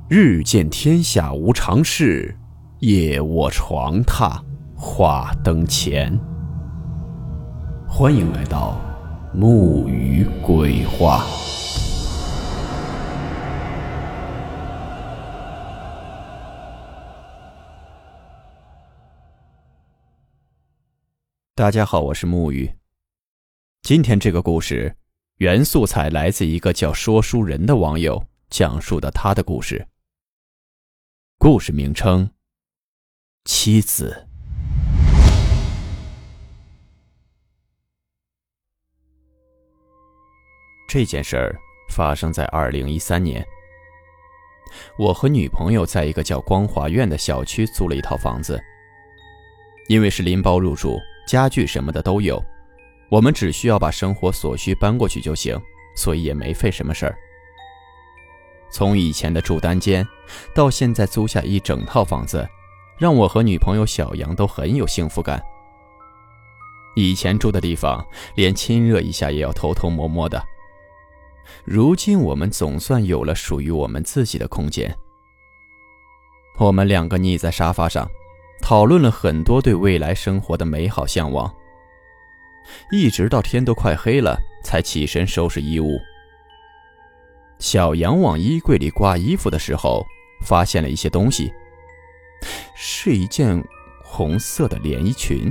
日见天下无常事，夜卧床榻话灯前。欢迎来到木鱼鬼话。大家好，我是木鱼。今天这个故事原素材来自一个叫说书人的网友讲述的他的故事。故事名称：妻子。这件事儿发生在2013年。我和女朋友在一个叫光华苑的小区租了一套房子，因为是拎包入住，家具什么的都有，我们只需要把生活所需搬过去就行，所以也没费什么事儿。从以前的住单间到现在租下一整套房子，让我和女朋友小杨都很有幸福感。以前住的地方连亲热一下也要偷偷摸摸的，如今我们总算有了属于我们自己的空间。我们两个腻在沙发上讨论了很多对未来生活的美好向往，一直到天都快黑了才起身收拾衣物。小杨往衣柜里挂衣服的时候，发现了一些东西，是一件红色的连衣裙。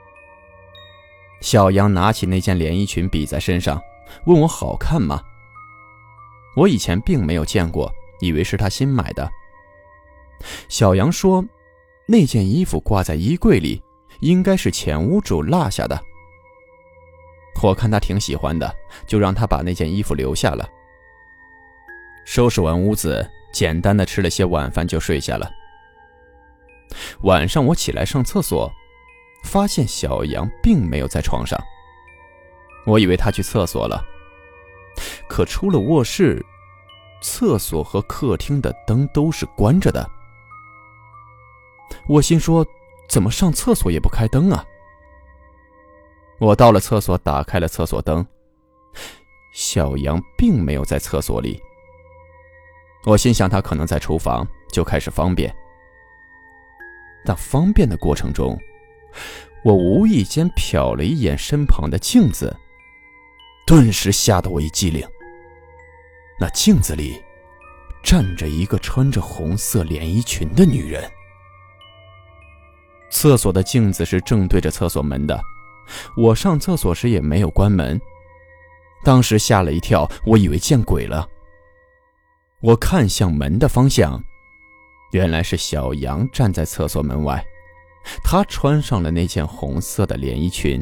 小杨拿起那件连衣裙比在身上，问我好看吗？我以前并没有见过，以为是他新买的。小杨说那件衣服挂在衣柜里，应该是前屋主落下的。我看他挺喜欢的，就让他把那件衣服留下了。收拾完屋子，简单的吃了些晚饭就睡下了。晚上我起来上厕所，发现小杨并没有在床上。我以为他去厕所了，可出了卧室，厕所和客厅的灯都是关着的。我心说，怎么上厕所也不开灯啊？我到了厕所，打开了厕所灯，小杨并没有在厕所里。我心想他可能在厨房，就开始方便。但方便的过程中，我无意间瞟了一眼身旁的镜子，顿时吓得我一激灵。那镜子里站着一个穿着红色连衣裙的女人。厕所的镜子是正对着厕所门的，我上厕所时也没有关门。当时吓了一跳，我以为见鬼了。我看向门的方向，原来是小杨站在厕所门外，他穿上了那件红色的连衣裙。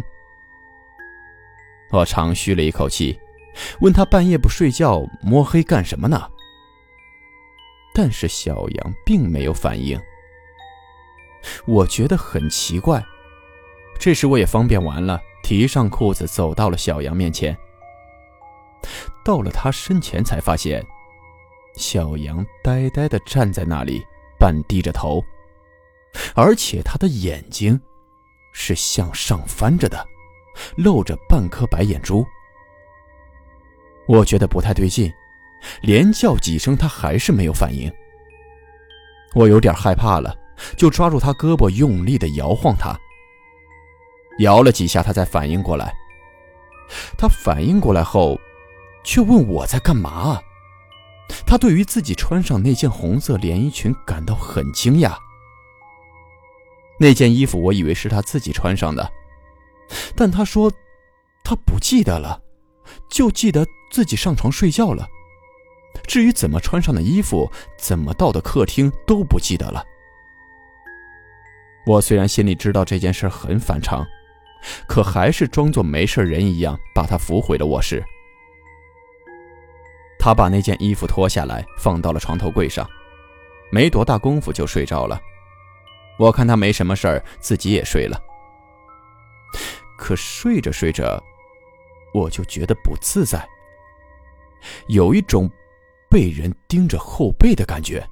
我长吁了一口气，问他半夜不睡觉摸黑干什么呢？但是小杨并没有反应。我觉得很奇怪。这时我也方便完了，提上裤子走到了小杨面前。到了他身前才发现，小杨呆呆地站在那里，半低着头，而且他的眼睛是向上翻着的，露着半颗白眼珠。我觉得不太对劲，连叫几声他还是没有反应。我有点害怕了，就抓住他胳膊用力地摇晃他。摇了几下他才反应过来。他反应过来后却问我在干嘛。他对于自己穿上那件红色连衣裙感到很惊讶。那件衣服我以为是他自己穿上的，但他说他不记得了，就记得自己上床睡觉了。至于怎么穿上的衣服，怎么到的客厅都不记得了。我虽然心里知道这件事很反常，可还是装作没事人一样把他扶回了卧室。他把那件衣服脱下来放到了床头柜上，没多大功夫就睡着了。我看他没什么事儿，自己也睡了。可睡着睡着，我就觉得不自在，有一种被人盯着后背的感觉。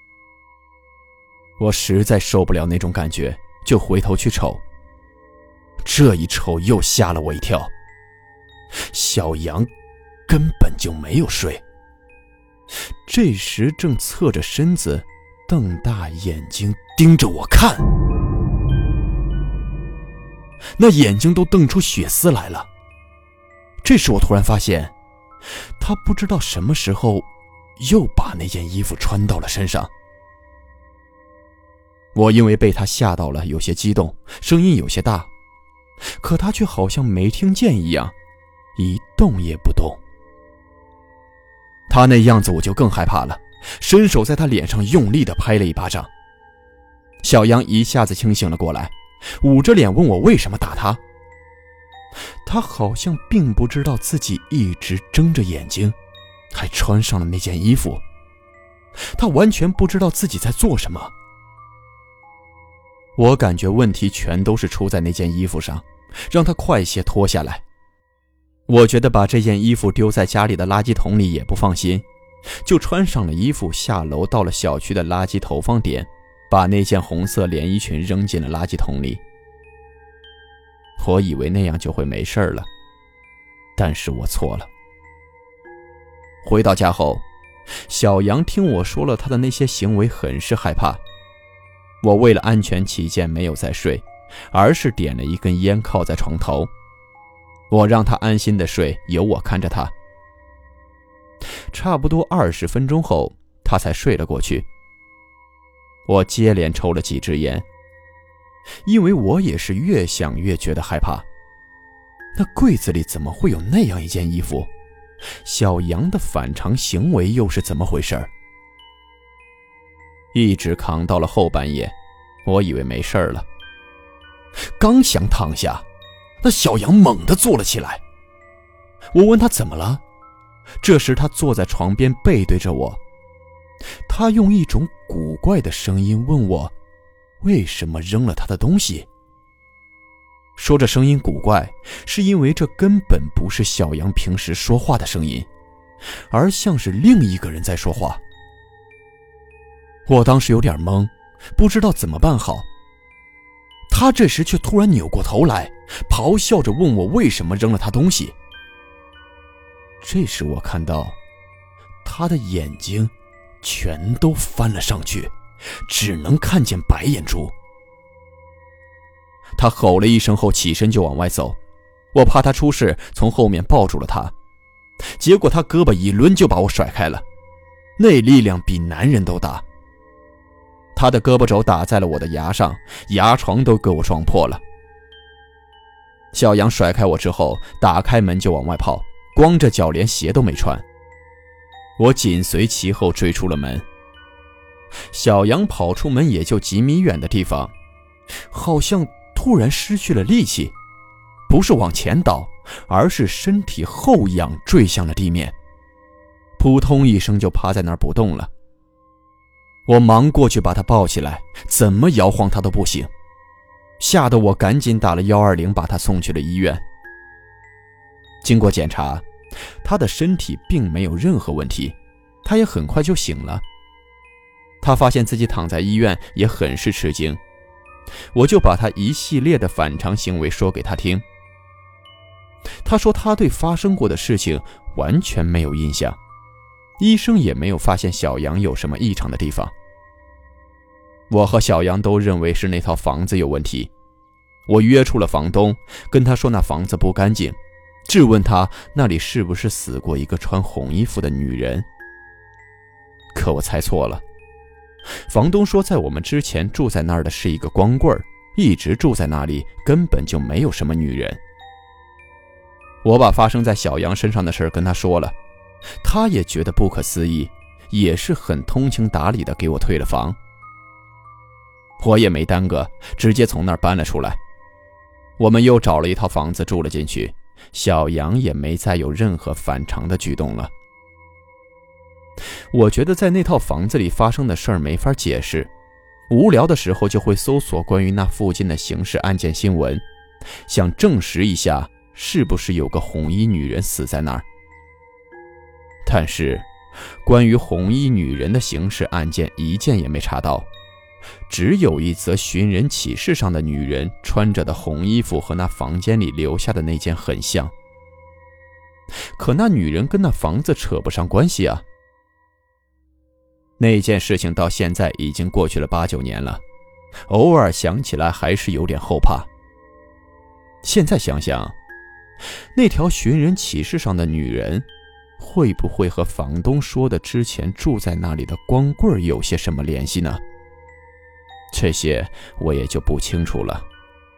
我实在受不了那种感觉，就回头去瞅。这一瞅又吓了我一跳，小杨根本就没有睡， 这时正侧着身子，瞪大眼睛盯着我看，那眼睛都瞪出血丝来了。这时我突然发现，他不知道什么时候又把那件衣服穿到了身上。我因为被他吓到了，有些激动，声音有些大，可他却好像没听见一样，一动也不动。他那样子我就更害怕了，伸手在他脸上用力地拍了一巴掌。小杨一下子清醒了过来，捂着脸问我为什么打他。他好像并不知道自己一直睁着眼睛，还穿上了那件衣服。他完全不知道自己在做什么。我感觉问题全都是出在那件衣服上，让他快些脱下来。我觉得把这件衣服丢在家里的垃圾桶里也不放心，就穿上了衣服下楼，到了小区的垃圾投放点，把那件红色连衣裙扔进了垃圾桶里。我以为那样就会没事了，但是我错了。回到家后，小杨听我说了他的那些行为，很是害怕。我为了安全起见没有再睡，而是点了一根烟靠在床头。我让他安心的睡，由我看着他。差不多20分钟后，他才睡了过去。我接连抽了几支烟，因为我也是越想越觉得害怕。那柜子里怎么会有那样一件衣服？小杨的反常行为又是怎么回事？一直扛到了后半夜，我以为没事了。刚想躺下，那小杨猛地坐了起来。我问他怎么了，这时他坐在床边背对着我，他用一种古怪的声音问我为什么扔了他的东西。说这声音古怪，是因为这根本不是小杨平时说话的声音，而像是另一个人在说话。我当时有点懵，不知道怎么办好。他这时却突然扭过头来，咆哮着问我为什么扔了他东西。这时我看到他的眼睛全都翻了上去，只能看见白眼珠。他吼了一声后起身就往外走，我怕他出事，从后面抱住了他，结果他胳膊一抡就把我甩开了，那力量比男人都大。他的胳膊肘打在了我的牙上，牙床都给我撞破了。小杨甩开我之后，打开门就往外跑，光着脚连鞋都没穿。我紧随其后追出了门。小杨跑出门也就几米远的地方，好像突然失去了力气，不是往前倒，而是身体后仰坠向了地面，扑通一声就趴在那儿不动了。我忙过去把他抱起来，怎么摇晃他都不醒，吓得我赶紧打了120，把他送去了医院。经过检查，他的身体并没有任何问题，他也很快就醒了。他发现自己躺在医院也很是吃惊，我就把他一系列的反常行为说给他听。他说他对发生过的事情完全没有印象，医生也没有发现小杨有什么异常的地方。我和小杨都认为是那套房子有问题，我约出了房东，跟他说那房子不干净，质问他那里是不是死过一个穿红衣服的女人。可我猜错了，房东说在我们之前住在那儿的是一个光棍，一直住在那里，根本就没有什么女人。我把发生在小杨身上的事跟他说了，他也觉得不可思议，也是很通情达理的给我退了房。我也没耽搁，直接从那儿搬了出来。我们又找了一套房子住了进去，小杨也没再有任何反常的举动了。我觉得在那套房子里发生的事儿没法解释，无聊的时候就会搜索关于那附近的刑事案件新闻，想证实一下是不是有个红衣女人死在那儿。但是关于红衣女人的刑事案件一件也没查到，只有一则寻人启事上的女人穿着的红衣服和那房间里留下的那件很像，可那女人跟那房子扯不上关系啊。 那件事情到现在已经过去了8、9年了，偶尔想起来还是有点后怕。现在想想，那条寻人启事上的女人会不会和房东说的之前住在那里的光棍有些什么联系呢？这些我也就不清楚了。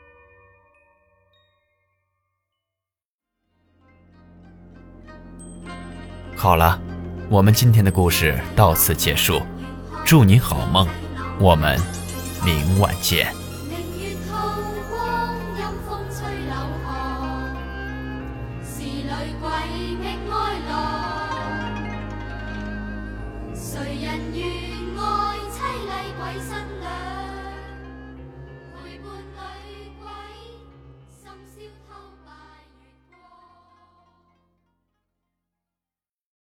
好了，我们今天的故事到此结束，祝您好梦，我们明晚见。 谁人愿爱凄厉鬼身？